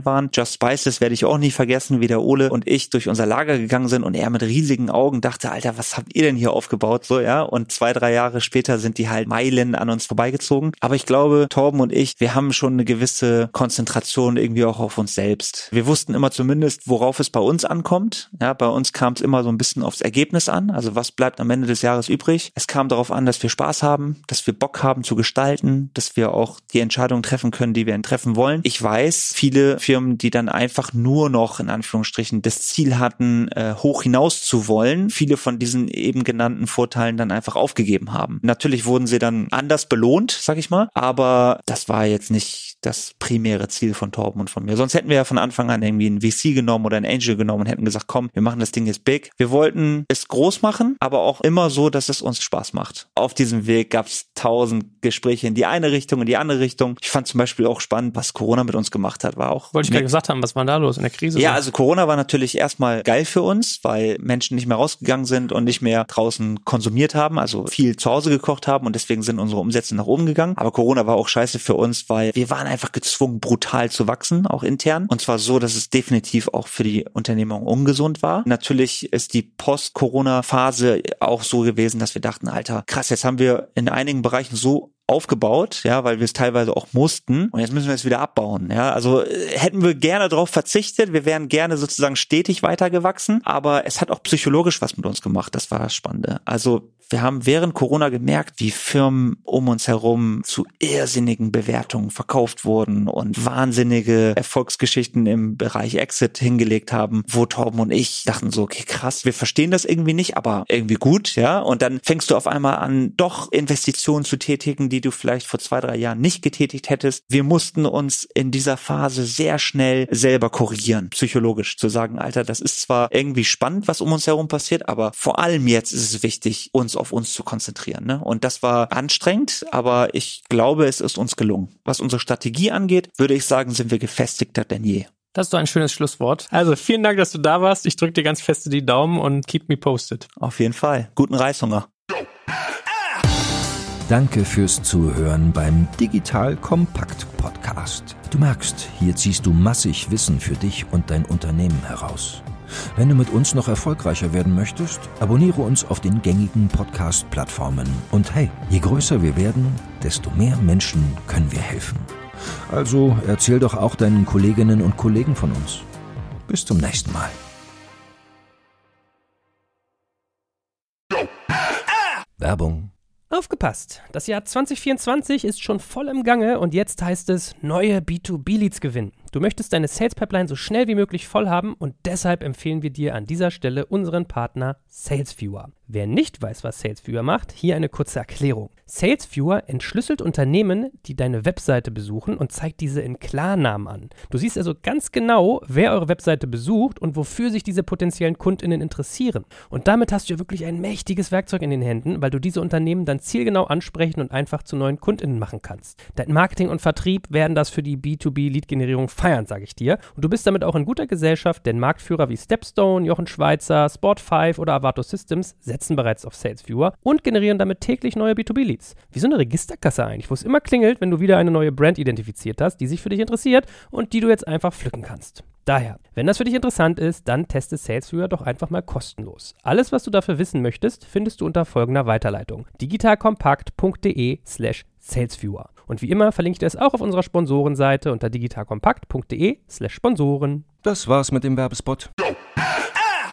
feiern waren. Just Spices werde ich auch nie vergessen, wie der Ole und ich durch unser Lager gegangen sind und er mit riesigen Augen dachte, Alter, was habt ihr denn hier aufgebaut? So, ja. Und 2-3 Jahre später sind die halt Meilen an uns vorbeigezogen. Aber ich glaube, Torben und ich, wir haben schon eine gewisse Konzentration irgendwie auch auf uns selbst. Wir wussten immer zumindest, worauf es bei uns ankommt. Ja, bei uns kam es immer so ein bisschen aufs Ergebnis an. Also was bleibt am Ende des Jahres übrig? Es kam darauf an, dass wir Spaß haben, dass wir Bock haben zu gestalten, dass wir auch die Entscheidungen treffen können, die wir treffen wollen. Ich weiß, viele Firmen, die dann einfach nur noch in Anführungsstrichen das Ziel hatten, hoch hinaus zu wollen, viele von diesen eben genannten Vorteilen dann einfach aufgegeben haben. Natürlich wurden sie dann anders belohnt, sag ich mal, aber das war jetzt nicht das primäre Ziel von Torben und von mir. Sonst hätten wir ja von Anfang an irgendwie einen VC genommen oder einen Angel genommen und hätten gesagt, komm, wir machen das Ding jetzt big. Wir wollten es groß machen, aber auch immer so, dass es uns Spaß macht. Auf diesem Weg gab es 1000 Gespräche in die eine Richtung, in die andere Richtung. Ich fand zum Beispiel auch spannend, was Corona mit uns gemacht hat, war auch... Wollte ich gerade gesagt haben, was war da los in der Krise? Ja, also Corona war natürlich erstmal geil für uns, weil Menschen nicht mehr rausgegangen sind und nicht mehr draußen konsumiert haben, also viel zu Hause gekocht haben und deswegen sind unsere Umsätze nach oben gegangen. Aber Corona war auch scheiße für uns, weil wir waren einfach gezwungen, brutal zu wachsen, auch intern. Und zwar so, dass es definitiv auch für die Unternehmung ungesund war. Natürlich ist die Post-Corona-Phase auch so gewesen, dass wir dachten, Alter, krass, jetzt haben wir in einigen Bereichen so aufgebaut, ja, weil wir es teilweise auch mussten und jetzt müssen wir es wieder abbauen, ja, also hätten wir gerne darauf verzichtet, wir wären gerne sozusagen stetig weitergewachsen, aber es hat auch psychologisch was mit uns gemacht, das war das Spannende, also wir haben während Corona gemerkt, wie Firmen um uns herum zu irrsinnigen Bewertungen verkauft wurden und wahnsinnige Erfolgsgeschichten im Bereich Exit hingelegt haben, wo Torben und ich dachten so, okay, krass, wir verstehen das irgendwie nicht, aber irgendwie gut, ja, und dann fängst du auf einmal an, doch Investitionen zu tätigen, die du vielleicht vor 2-3 Jahren nicht getätigt hättest. Wir mussten uns in dieser Phase sehr schnell selber korrigieren, psychologisch, zu sagen, Alter, das ist zwar irgendwie spannend, was um uns herum passiert, aber vor allem jetzt ist es wichtig, uns auf uns zu konzentrieren, ne? Und das war anstrengend, aber ich glaube, es ist uns gelungen. Was unsere Strategie angeht, würde ich sagen, sind wir gefestigter denn je. Das ist doch ein schönes Schlusswort. Also vielen Dank, dass du da warst. Ich drücke dir ganz feste die Daumen und keep me posted. Auf jeden Fall. Guten Reishunger. Danke fürs Zuhören beim Digital Kompakt Podcast. Du merkst, hier ziehst du massig Wissen für dich und dein Unternehmen heraus. Wenn du mit uns noch erfolgreicher werden möchtest, abonniere uns auf den gängigen Podcast-Plattformen. Und hey, je größer wir werden, desto mehr Menschen können wir helfen. Also erzähl doch auch deinen Kolleginnen und Kollegen von uns. Bis zum nächsten Mal. Werbung. Aufgepasst! Das Jahr 2024 ist schon voll im Gange und jetzt heißt es neue B2B-Leads gewinnen. Du möchtest deine Sales-Pipeline so schnell wie möglich voll haben und deshalb empfehlen wir dir an dieser Stelle unseren Partner SalesViewer. Wer nicht weiß, was SalesViewer macht, hier eine kurze Erklärung. SalesViewer entschlüsselt Unternehmen, die deine Webseite besuchen und zeigt diese in Klarnamen an. Du siehst also ganz genau, wer eure Webseite besucht und wofür sich diese potenziellen KundInnen interessieren. Und damit hast du ja wirklich ein mächtiges Werkzeug in den Händen, weil du diese Unternehmen dann zielgenau ansprechen und einfach zu neuen KundInnen machen kannst. Dein Marketing und Vertrieb werden das für die B2B-Lead-Generierung feiern, sage ich dir. Und du bist damit auch in guter Gesellschaft, denn Marktführer wie Stepstone, Jochen Schweizer, Sport5 oder Avato Systems setzen bereits auf SalesViewer und generieren damit täglich neue B2B-Leads. Wie so eine Registerkasse eigentlich, wo es immer klingelt, wenn du wieder eine neue Brand identifiziert hast, die sich für dich interessiert und die du jetzt einfach pflücken kannst. Daher, wenn das für dich interessant ist, dann teste SalesViewer doch einfach mal kostenlos. Alles, was du dafür wissen möchtest, findest du unter folgender Weiterleitung: digitalkompakt.de/SalesViewer. Und wie immer verlinke ich dir es auch auf unserer Sponsorenseite unter digitalkompakt.de/Sponsoren. Das war's mit dem Werbespot.